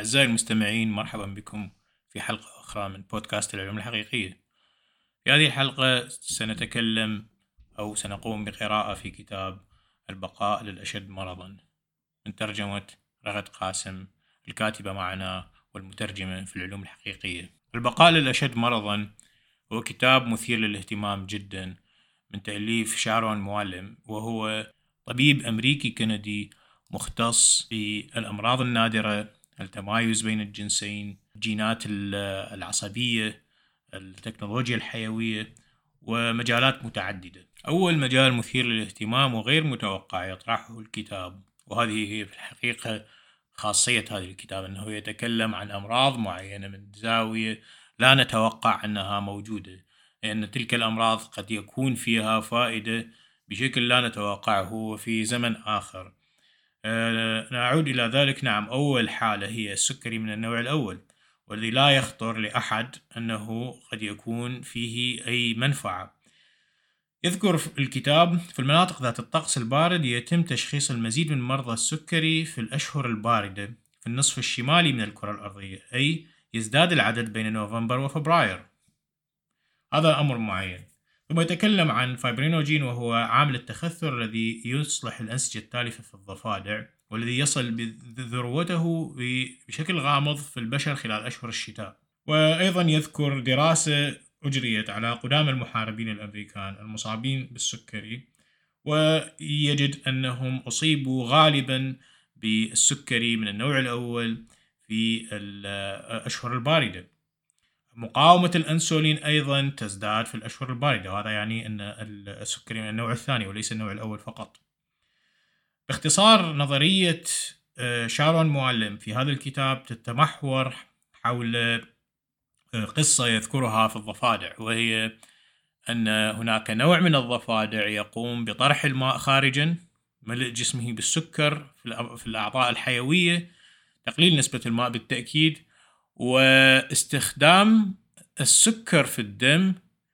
أعزائي المستمعين، مرحبا بكم في حلقة أخرى من بودكاست العلوم الحقيقية. في هذه الحلقة سنتكلم أو سنقوم بقراءة في كتاب البقاء للأشد مرضا من ترجمة رغد قاسم، الكاتبة معنا والمترجمة في العلوم الحقيقية. البقاء للأشد مرضا هو كتاب مثير للاهتمام جدا من تأليف شارون موالم، وهو طبيب أمريكي كندي مختص بالأمراض النادرة، التمايز بين الجنسين، الجينات العصبية، التكنولوجيا الحيوية ومجالات متعددة. أول مجال مثير للاهتمام وغير متوقع يطرحه الكتاب، وهذه هي في الحقيقة خاصية هذا الكتاب، أنه يتكلم عن أمراض معينة من زاوية لا نتوقع أنها موجودة، لأن تلك الأمراض قد يكون فيها فائدة بشكل لا نتوقعه في زمن آخر. نعود إلى ذلك. نعم، أول حالة هي السكري من النوع الأول، والذي لا يخطر لأحد أنه قد يكون فيه أي منفعة. يذكر الكتاب في المناطق ذات الطقس البارد يتم تشخيص المزيد من مرضى السكري في الأشهر الباردة في النصف الشمالي من الكرة الأرضية، أي يزداد العدد بين نوفمبر وفبراير. هذا أمر معين. ثم يتكلم عن فايبرينوجين، وهو عامل التخثر الذي يصلح الأنسجة التالفة في الضفادع، والذي يصل بذروته بشكل غامض في البشر خلال أشهر الشتاء. وأيضا يذكر دراسة أجريت على قدام المحاربين الأمريكان المصابين بالسكري، ويجد أنهم أصيبوا غالبا بالسكري من النوع الأول في الأشهر الباردة. مقاومة الأنسولين أيضا تزداد في الأشهر الباردة، وهذا يعني أن السكري من النوع الثاني وليس النوع الأول فقط. باختصار، نظرية شارون موالم في هذا الكتاب تتمحور حول قصة يذكرها في الضفادع، وهي أن هناك نوع من الضفادع يقوم بطرح الماء خارجا، ملء جسمه بالسكر في الأعضاء الحيوية، تقليل نسبة الماء بالتأكيد، واستخدام السكر في الدم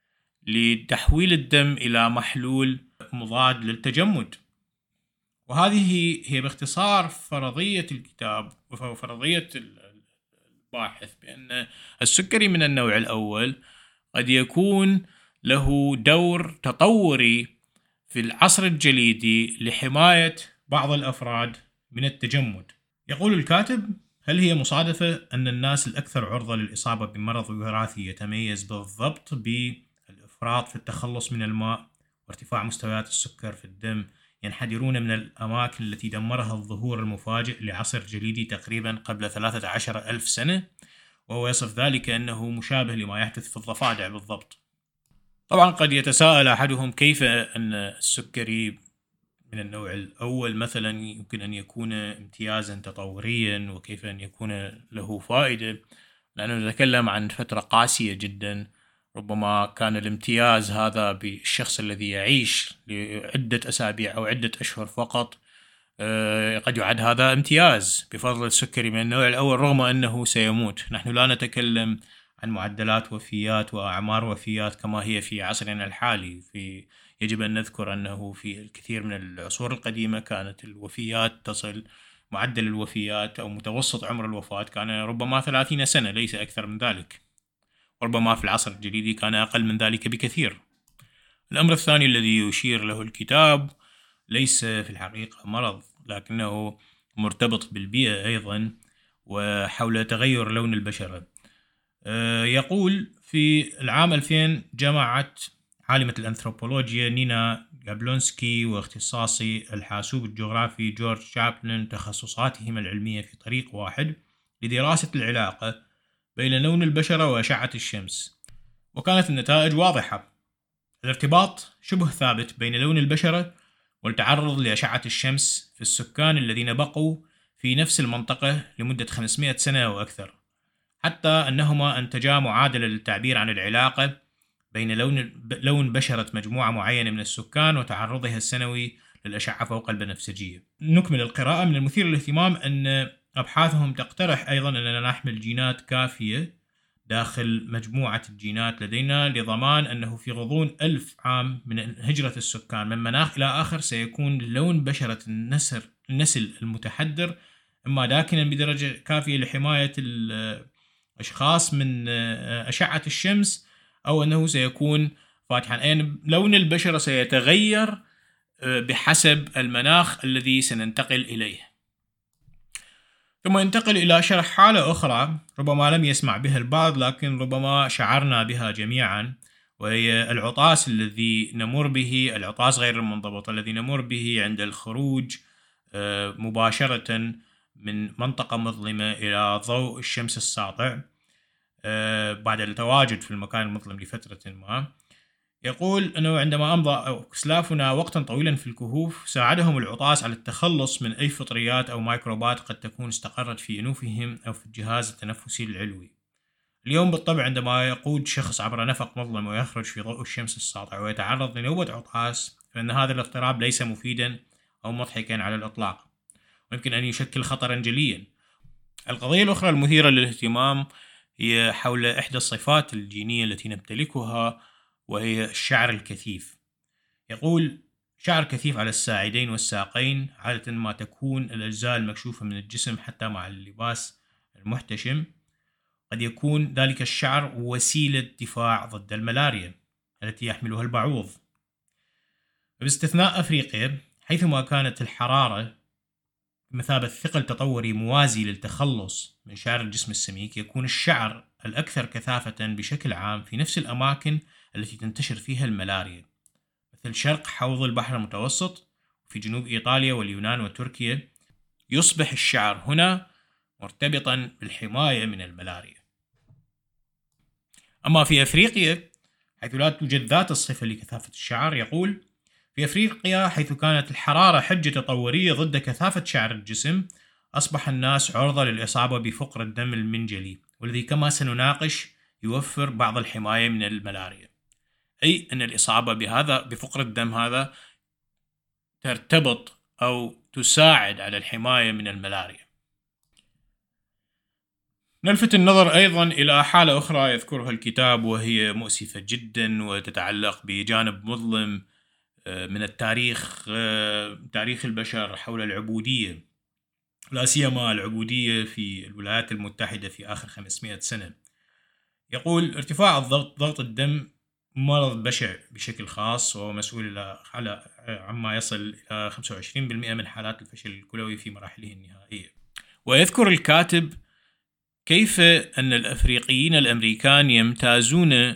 لتحويل الدم إلى محلول مضاد للتجمد. وهذه هي باختصار فرضية الكتاب وفرضية الباحث، بأن السكري من النوع الأول قد يكون له دور تطوري في العصر الجليدي لحماية بعض الأفراد من التجمد. يقول الكاتب: هل هي مصادفة أن الناس الأكثر عرضة للإصابة بمرض وراثي يتميز بالضبط بالإفراط في التخلص من الماء وارتفاع مستويات السكر في الدم ينحدرون من الأماكن التي دمرها الظهور المفاجئ لعصر جليدي تقريبا قبل 13,000 سنة؟ وهو يصف ذلك أنه مشابه لما يحدث في الضفادع بالضبط. طبعا قد يتساءل أحدهم كيف أن السكري من النوع الأول مثلا يمكن أن يكون امتيازا تطوريا، وكيف أن يكون له فائدة، لأنه نتكلم عن فترة قاسية جدا. ربما كان الامتياز هذا بالشخص الذي يعيش لعدة أسابيع أو عدة أشهر فقط. قد يعد هذا امتياز بفضل السكري من النوع الأول رغم أنه سيموت. نحن لا نتكلم عن معدلات وفيات وأعمار وفيات كما هي في عصرنا الحالي. يجب أن نذكر أنه في الكثير من العصور القديمة كانت الوفيات تصل، معدل الوفيات أو متوسط عمر الوفاة كان ربما 30 سنة، ليس أكثر من ذلك. وربما في العصر الجديد كان أقل من ذلك بكثير. الأمر الثاني الذي يشير له الكتاب ليس في الحقيقة مرض، لكنه مرتبط بالبيئة أيضا وحول تغير لون البشرة. يقول في العام 2000 جمعت عالمة الأنثروبولوجيا نينا جابلونسكي واختصاصي الحاسوب الجغرافي جورج شابلن تخصصاتهما العلمية في طريق واحد لدراسة العلاقة بين لون البشرة وأشعة الشمس، وكانت النتائج واضحة. الارتباط شبه ثابت بين لون البشرة والتعرض لأشعة الشمس في السكان الذين بقوا في نفس المنطقة لمدة 500 سنة أو أكثر، حتى أنهما أنتجا معادلة للتعبير عن العلاقة بين لون بشرة مجموعة معينة من السكان وتعرضها السنوي للأشعة فوق البنفسجية. نكمل القراءة. من المثير للاهتمام أن أبحاثهم تقترح أيضا أننا نحمل جينات كافية داخل مجموعة الجينات لدينا لضمان أنه في غضون 1000 عام من هجرة السكان من مناخ إلى آخر سيكون لون بشرة النسل المتحدر إما داكنا بدرجة كافية لحماية الأشخاص من أشعة الشمس، أو أنه سيكون فاتحا، أي لون البشرة سيتغير بحسب المناخ الذي سننتقل إليه. ثم ينتقل إلى شرح حالة أخرى ربما لم يسمع بها البعض، لكن ربما شعرنا بها جميعا، وهي العطاس الذي نمر به، العطاس غير المنضبط الذي نمر به عند الخروج مباشرة من منطقة مظلمة إلى ضوء الشمس الساطع بعد التواجد في المكان المظلم لفترة ما. يقول أنه عندما أمضى أسلافنا وقتا طويلا في الكهوف، ساعدهم العطاس على التخلص من أي فطريات أو ميكروبات قد تكون استقرت في أنوفهم أو في الجهاز التنفسي العلوي. اليوم بالطبع عندما يقود شخص عبر نفق مظلم ويخرج في ضوء الشمس الساطع ويتعرض لنوبة عطاس، فإن هذا الاضطراب ليس مفيدا أو مضحكا على الإطلاق، ويمكن أن يشكل خطرا جليا. القضية الأخرى المثيرة للاهتمام هي حول إحدى الصفات الجينية التي نمتلكها، وهي الشعر الكثيف. يقول: شعر كثيف على الساعدين والساقين، عادة ما تكون الأجزاء المكشوفة من الجسم حتى مع اللباس المحتشم. قد يكون ذلك الشعر وسيلة دفاع ضد الملاريا التي يحملها البعوض. باستثناء أفريقيا، حيثما كانت الحرارة بمثابة ثقل تطوري موازي للتخلص من شعر الجسم السميك، يكون الشعر الأكثر كثافة بشكل عام في نفس الأماكن التي تنتشر فيها الملاريا، مثل شرق حوض البحر المتوسط وفي جنوب إيطاليا واليونان وتركيا. يصبح الشعر هنا مرتبطا بالحماية من الملاريا. أما في أفريقيا، حيث لا توجد ذات الصفة لكثافة الشعر، يقول: في أفريقيا حيث كانت الحرارة حجة تطورية ضد كثافة شعر الجسم، أصبح الناس عرضة للإصابة بفقر الدم المنجلي، والذي كما سنناقش يوفر بعض الحماية من الملاريا. أي أن الإصابة بفقر الدم هذا ترتبط أو تساعد على الحماية من الملاريا. نلفت النظر أيضا إلى حالة أخرى يذكرها الكتاب، وهي مؤسفة جدا وتتعلق بجانب مظلم من التاريخ، تاريخ البشر حول العبودية، لا سيما العبودية في الولايات المتحدة في آخر 500 سنة. يقول: ارتفاع ضغط الدم مرض بشع بشكل خاص، وهو مسؤول على عما يصل إلى 25% من حالات الفشل الكلوي في مراحله النهائية. ويذكر الكاتب كيف أن الأفريقيين الأمريكان يمتازون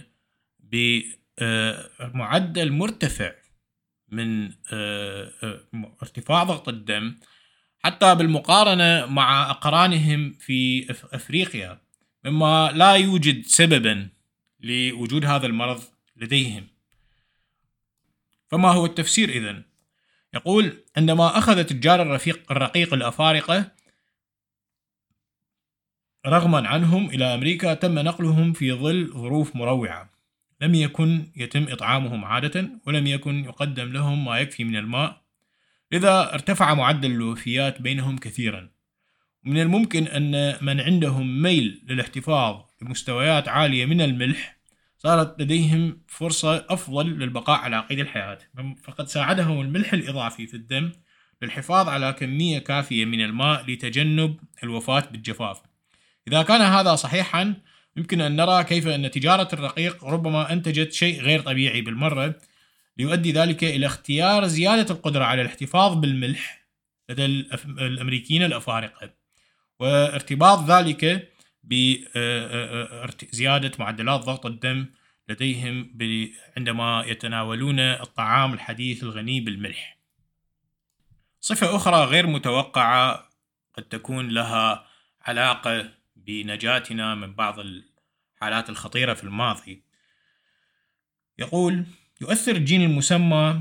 بمعدل مرتفع من ارتفاع ضغط الدم حتى بالمقارنة مع أقرانهم في أفريقيا، مما لا يوجد سببا لوجود هذا المرض لديهم. فما هو التفسير إذن؟ يقول: عندما أخذ تجار الرقيق الأفارقة رغما عنهم إلى أمريكا، تم نقلهم في ظل ظروف مروعة، لم يكن يتم إطعامهم عادة، ولم يكن يقدم لهم ما يكفي من الماء، لذا ارتفع معدل الوفيات بينهم كثيرا. من الممكن أن من عندهم ميل للاحتفاظ بمستويات عالية من الملح صارت لديهم فرصة أفضل للبقاء على قيد الحياة، فقد ساعدهم الملح الإضافي في الدم للحفاظ على كمية كافية من الماء لتجنب الوفاة بالجفاف. إذا كان هذا صحيحا، يمكن أن نرى كيف أن تجارة الرقيق ربما أنتجت شيء غير طبيعي بالمرة، ليؤدي ذلك إلى اختيار زيادة القدرة على الاحتفاظ بالملح لدى الأمريكيين الأفارقة، وارتباط ذلك بزيادة معدلات ضغط الدم لديهم عندما يتناولون الطعام الحديث الغني بالملح. صفة أخرى غير متوقعة قد تكون لها علاقة بنجاتنا من بعض الحالات الخطيرة في الماضي. يقول: يؤثر الجين المسمى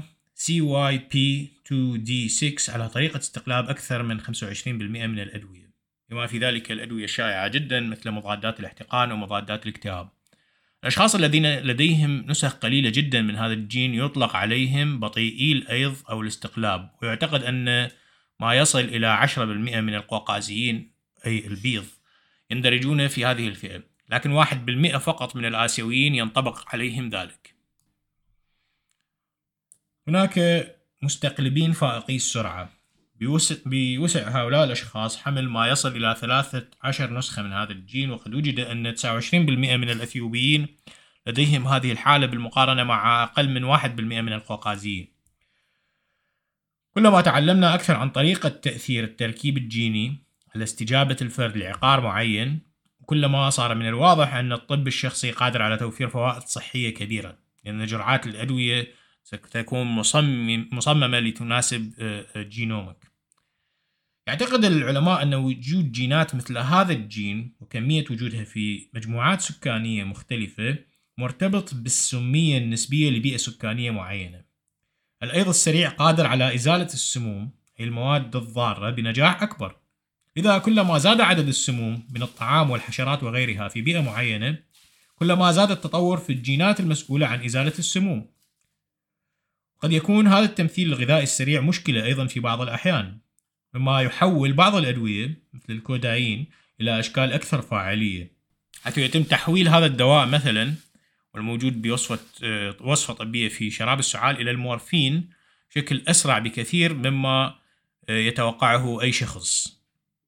CYP2D6 على طريقة استقلاب أكثر من 25% من الأدوية، بما في ذلك الأدوية الشائعة جدا مثل مضادات الاحتقان ومضادات الاكتئاب. الأشخاص الذين لديهم نسخ قليلة جدا من هذا الجين يطلق عليهم بطيئي الأيض أو الاستقلاب، ويعتقد أن ما يصل إلى 10% من القوقازيين أي البيض يندرجون في هذه الفئة، لكن 1% فقط من الآسيويين ينطبق عليهم ذلك. هناك مستقلبين فائقي السرعة بيوسع هؤلاء الأشخاص حمل ما يصل إلى 13 نسخة من هذا الجين، وقد وجد أن 29% من الأثيوبيين لديهم هذه الحالة بالمقارنة مع أقل من 1% من القوقازيين. كلما تعلمنا أكثر عن طريقة تأثير التركيب الجيني على استجابة الفرد لعقار معين، كلما صار من الواضح أن الطب الشخصي قادر على توفير فوائد صحية كبيرة، لأن جرعات الأدوية ستكون مصممة لتناسب جينومك. يعتقد العلماء أن وجود جينات مثل هذا الجين وكمية وجودها في مجموعات سكانية مختلفة مرتبط بالسمية النسبية لبيئة سكانية معينة. الأيض السريع قادر على إزالة السموم أي المواد الضارة بنجاح أكبر. إذا كلما زاد عدد السموم من الطعام والحشرات وغيرها في بيئة معينة، كلما زاد التطور في الجينات المسؤولة عن إزالة السموم. قد يكون هذا التمثيل الغذائي السريع مشكلة أيضا في بعض الأحيان، مما يحول بعض الأدوية مثل الكودايين إلى أشكال أكثر فاعلية، حيث يتم تحويل هذا الدواء مثلا والموجود بوصفة طبية في شراب السعال إلى المورفين بشكل أسرع بكثير مما يتوقعه أي شخص.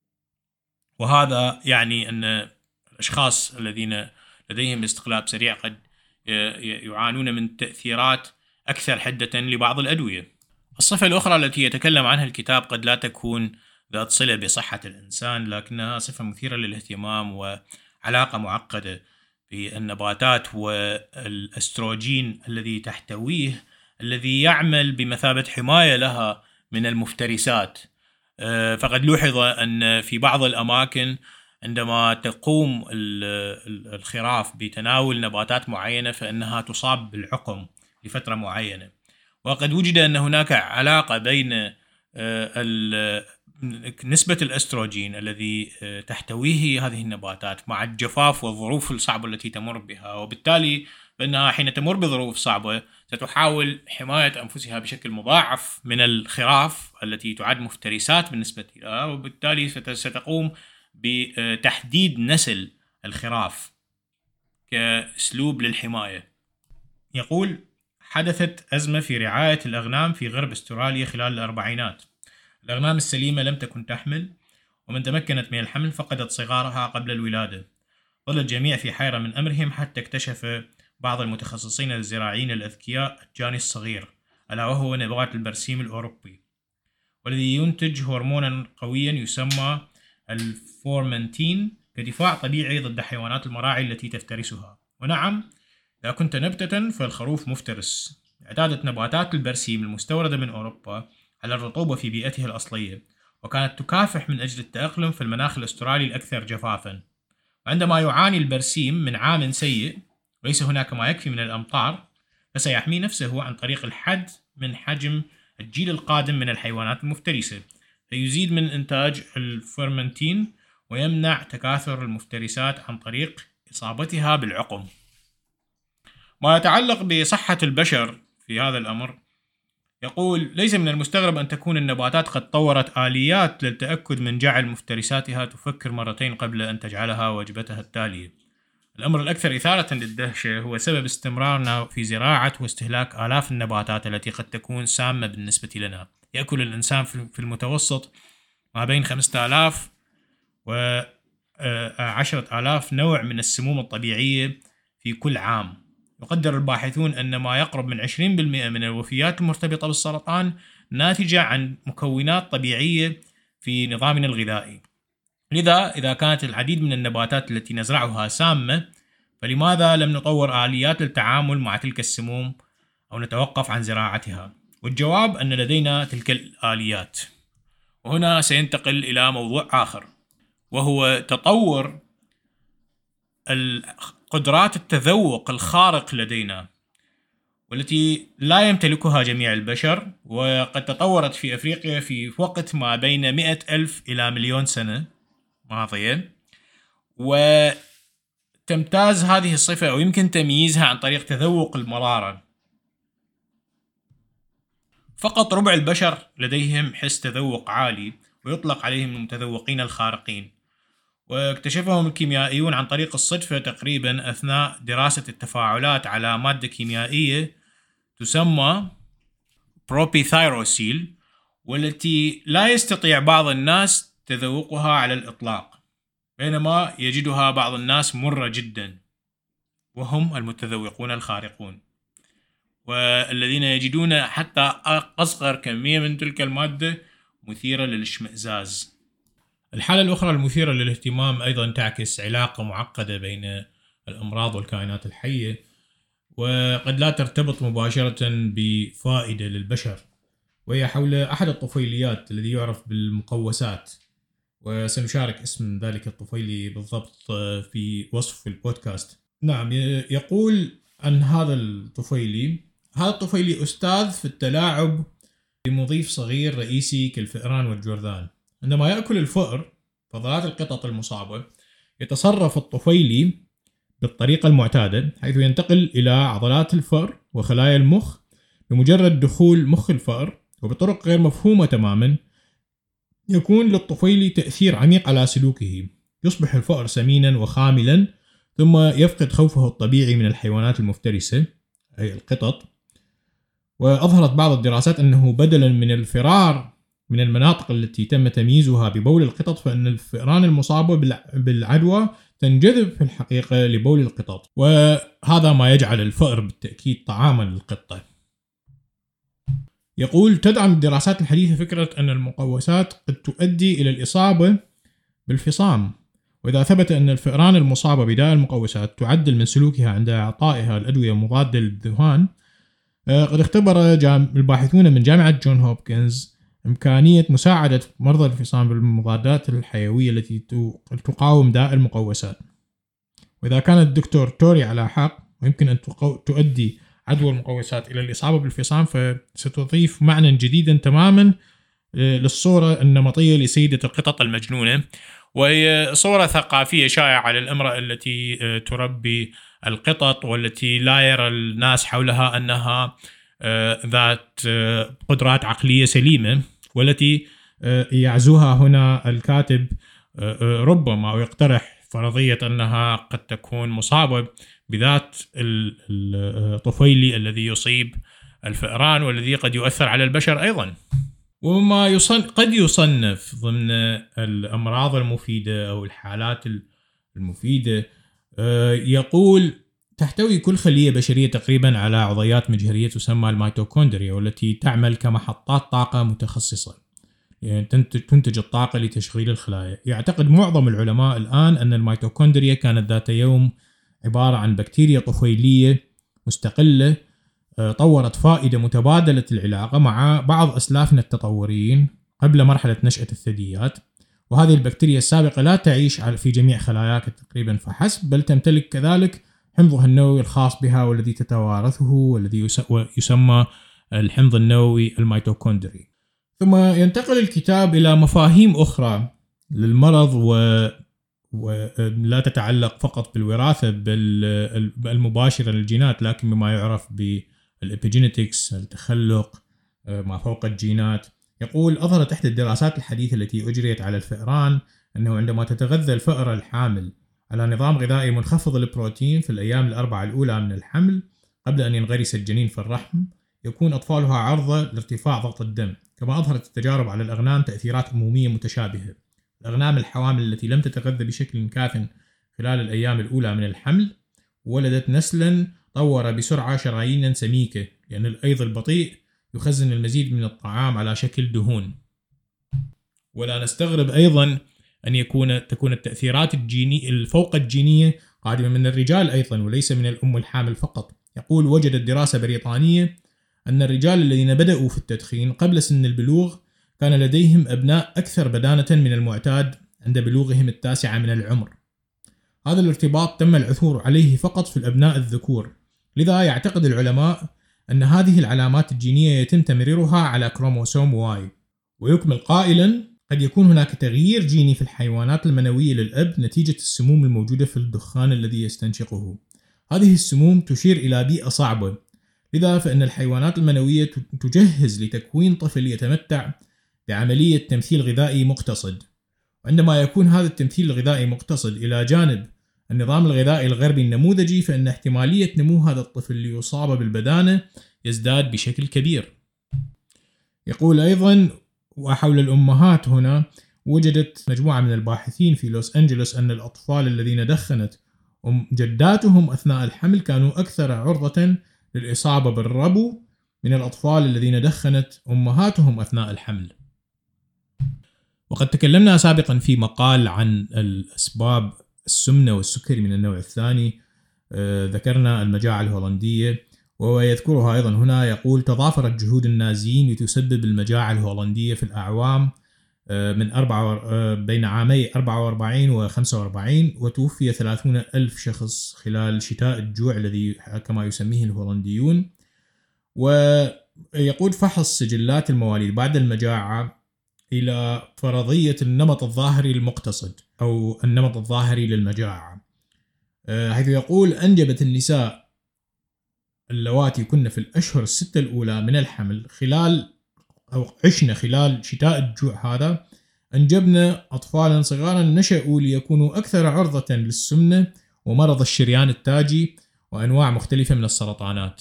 وهذا يعني أن الأشخاص الذين لديهم استقلاب سريع قد يعانون من تأثيرات أكثر حدة لبعض الأدوية. الصفة الأخرى التي يتكلم عنها الكتاب قد لا تكون ذات صلة بصحة الإنسان، لكنها صفة مثيرة للاهتمام وعلاقة معقدة بالنباتات والأستروجين الذي تحتويه، الذي يعمل بمثابة حماية لها من المفترسات. فقد لوحظ أن في بعض الأماكن عندما تقوم الخراف بتناول نباتات معينة فإنها تصاب بالعقم لفترة معينة. وقد وجد أن هناك علاقة بين نسبة الأستروجين الذي تحتويه هذه النباتات مع الجفاف والظروف الصعبة التي تمر بها، وبالتالي فإنها حين تمر بظروف صعبة ستحاول حماية أنفسها بشكل مضاعف من الخراف التي تعد مفترسات بالنسبة لها، وبالتالي ستقوم بتحديد نسل الخراف كأسلوب للحماية. يقول: حدثت أزمة في رعاية الأغنام في غرب أستراليا خلال الأربعينات. الأغنام السليمة لم تكن تحمل، ومن تمكنت من الحمل فقدت صغارها قبل الولادة. ظل الجميع في حيرة من أمرهم حتى اكتشف بعض المتخصصين الزراعيين الأذكياء الجاني الصغير، ألا وهو نبات البرسيم الأوروبي، والذي ينتج هرمونا قويا يسمى الفورمنتين كدفاع طبيعي ضد حيوانات المراعي التي تفترسها. ونعم، إذا كنت نبتة فالخروف مفترس. اعتادت نباتات البرسيم المستوردة من أوروبا على الرطوبة في بيئتها الأصلية، وكانت تكافح من أجل التأقلم في المناخ الأسترالي الأكثر جفافا. وعندما يعاني البرسيم من عام سيء وليس هناك ما يكفي من الأمطار، فسيحمي نفسه عن طريق الحد من حجم الجيل القادم من الحيوانات المفترسة، فيزيد من إنتاج الفورمنتين ويمنع تكاثر المفترسات عن طريق إصابتها بالعقم. ما يتعلق بصحة البشر في هذا الأمر، يقول: ليس من المستغرب أن تكون النباتات قد طورت آليات للتأكد من جعل مفترساتها تفكر مرتين قبل أن تجعلها وجبتها التالية. الأمر الأكثر إثارة للدهشة هو سبب استمرارنا في زراعة واستهلاك آلاف النباتات التي قد تكون سامة بالنسبة لنا. يأكل الإنسان في المتوسط ما بين 5000 و 10,000 نوع من السموم الطبيعية في كل عام. يقدر الباحثون أن ما يقرب من 20% من الوفيات المرتبطة بالسرطان ناتجة عن مكونات طبيعية في نظامنا الغذائي. لذا إذا كانت العديد من النباتات التي نزرعها سامة، فلماذا لم نطور آليات للتعامل مع تلك السموم أو نتوقف عن زراعتها؟ والجواب أن لدينا تلك الآليات. وهنا سينتقل إلى موضوع آخر، وهو تطور قدرات التذوق الخارق لدينا، والتي لا يمتلكها جميع البشر، وقد تطورت في أفريقيا في وقت ما بين 100,000 إلى مليون سنة ماضية. وتمتاز هذه الصفة أو يمكن تمييزها عن طريق تذوق المرارة. فقط ربع البشر لديهم حس تذوق عالي، ويطلق عليهم المتذوقين الخارقين، واكتشفهم الكيميائيون عن طريق الصدفة تقريبا أثناء دراسة التفاعلات على مادة كيميائية تسمى بروبيثايروسيل، والتي لا يستطيع بعض الناس تذوقها على الإطلاق، بينما يجدها بعض الناس مرة جدا، وهم المتذوقون الخارقون، والذين يجدون حتى أصغر كمية من تلك المادة مثيرة للاشمئزاز. الحالة الأخرى المثيرة للاهتمام أيضا تعكس علاقة معقدة بين الأمراض والكائنات الحية، وقد لا ترتبط مباشرة بفائدة للبشر، وهي حول أحد الطفيليات الذي يعرف بالمقوسات، وسنشارك اسم ذلك الطفيلي بالضبط في وصف البودكاست. نعم، يقول عن هذا الطفيلي أستاذ في التلاعب بمضيف صغير رئيسي كالفئران والجرذان. عندما يأكل الفأر فضلات القطط المصابة، يتصرف الطفيلي بالطريقة المعتادة، حيث ينتقل إلى عضلات الفأر وخلايا المخ بمجرد دخول مخ الفأر، وبطرق غير مفهومة تماما يكون للطفيلي تأثير عميق على سلوكه. يصبح الفأر سمينا وخاملا، ثم يفقد خوفه الطبيعي من الحيوانات المفترسة أي القطط. وأظهرت بعض الدراسات أنه بدلا من الفرار من المناطق التي تم تمييزها ببول القطط، فإن الفئران المصابة بالعدوى تنجذب في الحقيقة لبول القطط، وهذا ما يجعل الفأر بالتأكيد طعاما للقطة. يقول تدعم الدراسات الحديثة فكرة أن المقوسات قد تؤدي إلى الإصابة بالفصام، وإذا ثبت أن الفئران المصابة بداء المقوسات تعدل من سلوكها عند إعطائها الأدوية مضادة للذهان. قد اختبر الباحثون من جامعة جون هوبكنز إمكانية مساعدة مرضى الفصام بالمضادات الحيوية التي تقاوم داء المقوسات. وإذا كان الدكتور توري على حق، ويمكن أن تؤدي عدوى المقوسات إلى الإصابة بالفصام، فستضيف معنى جديدا تماما للصورة النمطية لسيدة القطط المجنونة، وهي صورة ثقافية شائعة على الامرأة التي تربي القطط، والتي لا يرى الناس حولها أنها ذات قدرات عقلية سليمة، والتي يعزوها هنا الكاتب ربما ويقترح فرضية أنها قد تكون مصابة بذات الطفيلي الذي يصيب الفئران، والذي قد يؤثر على البشر أيضا، وما قد يصنف ضمن الأمراض المفيدة أو الحالات المفيدة. يقول تحتوي كل خلية بشرية تقريبا على عضيات مجهرية تسمى الميتوكوندريا، والتي تعمل كمحطات طاقة متخصصة، يعني تنتج الطاقة لتشغيل الخلايا. يعتقد معظم العلماء الآن أن الميتوكوندريا كانت ذات يوم عبارة عن بكتيريا طفيلية مستقلة طورت فائدة متبادلة العلاقة مع بعض أسلافنا التطوريين قبل مرحلة نشأة الثدييات. وهذه البكتيريا السابقة لا تعيش في جميع خلاياك تقريبا فحسب، بل تمتلك كذلك حمضها النووي الخاص بها، والذي تتوارثه، والذي يسمى الحمض النووي الميتوكوندري. ثم ينتقل الكتاب إلى مفاهيم أخرى للمرض، ولا تتعلق فقط بالوراثة المباشرة للجينات، لكن بما يعرف بالإبيجينيتكس، التخلق ما فوق الجينات. يقول أظهرت إحدى الدراسات الحديثة التي أجريت على الفئران أنه عندما تتغذى الفأرة الحامل على نظام غذائي منخفض البروتين في الأيام الأربعة الأولى من الحمل قبل أن ينغرس الجنين في الرحم، يكون أطفالها عرضة لارتفاع ضغط الدم. كما أظهرت التجارب على الأغنام تأثيرات أمومية متشابهة. الأغنام الحوامل التي لم تتغذى بشكل كاف خلال الأيام الأولى من الحمل ولدت نسلا طور بسرعة شرايين سميكة، لأن الأيض البطيء يخزن المزيد من الطعام على شكل دهون. ولا نستغرب أيضا أن تكون التأثيرات الفوق الجينية قادمة من الرجال أيضا، وليس من الأم الحامل فقط. يقول وجدت دراسة بريطانية أن الرجال الذين بدأوا في التدخين قبل سن البلوغ كان لديهم أبناء أكثر بدانة من المعتاد عند بلوغهم 9 من العمر. هذا الارتباط تم العثور عليه فقط في الأبناء الذكور، لذا يعتقد العلماء أن هذه العلامات الجينية يتم تمريرها على كروموسوم واي. ويكمل قائلا قد يكون هناك تغيير جيني في الحيوانات المنوية للأب نتيجة السموم الموجودة في الدخان الذي يستنشقه. هذه السموم تشير إلى بيئة صعبة، لذا فإن الحيوانات المنوية تجهز لتكوين طفل يتمتع بعملية تمثيل غذائي مقتصد. وعندما يكون هذا التمثيل الغذائي مقتصد إلى جانب النظام الغذائي الغربي النموذجي، فإن احتمالية نمو هذا الطفل ليصاب بالبدانة يزداد بشكل كبير. يقول أيضا وحول الأمهات هنا وجدت مجموعة من الباحثين في لوس أنجلوس أن الأطفال الذين دخنت جداتهم أثناء الحمل كانوا أكثر عرضة للإصابة بالربو من الأطفال الذين دخنت أمهاتهم أثناء الحمل. وقد تكلمنا سابقا في مقال عن الأسباب السمنة والسكري من النوع الثاني، ذكرنا المجاعة الهولندية، وهو يذكرها أيضا هنا. يقول: تضافرت جهود النازيين لتسبب المجاعة الهولندية في الأعوام بين عامي 44 و 45، وتوفي 30,000 شخص خلال شتاء الجوع الذي كما يسميه الهولنديون. ويقود فحص سجلات المواليد بعد المجاعة إلى فرضية النمط الظاهري المقتصد أو النمط الظاهري للمجاعة، حيث يقول: أنجبت النساء اللواتي كن في الأشهر 6 الأولى من الحمل عشنا خلال شتاء الجوع هذا، أنجبنا أطفالا صغارا نشأوا ليكونوا أكثر عرضة للسمنة ومرض الشريان التاجي وأنواع مختلفة من السرطانات.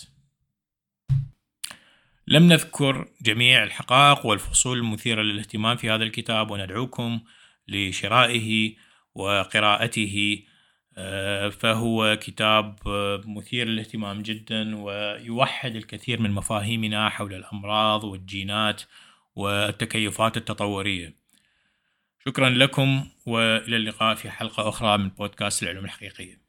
لم نذكر جميع الحقائق والفصول المثيرة للاهتمام في هذا الكتاب، وندعوكم لشرائه وقراءته، فهو كتاب مثير للاهتمام جدا ويوحد الكثير من مفاهيمنا حول الأمراض والجينات والتكيفات التطورية. شكرا لكم، وإلى اللقاء في حلقة أخرى من بودكاست العلوم الحقيقية.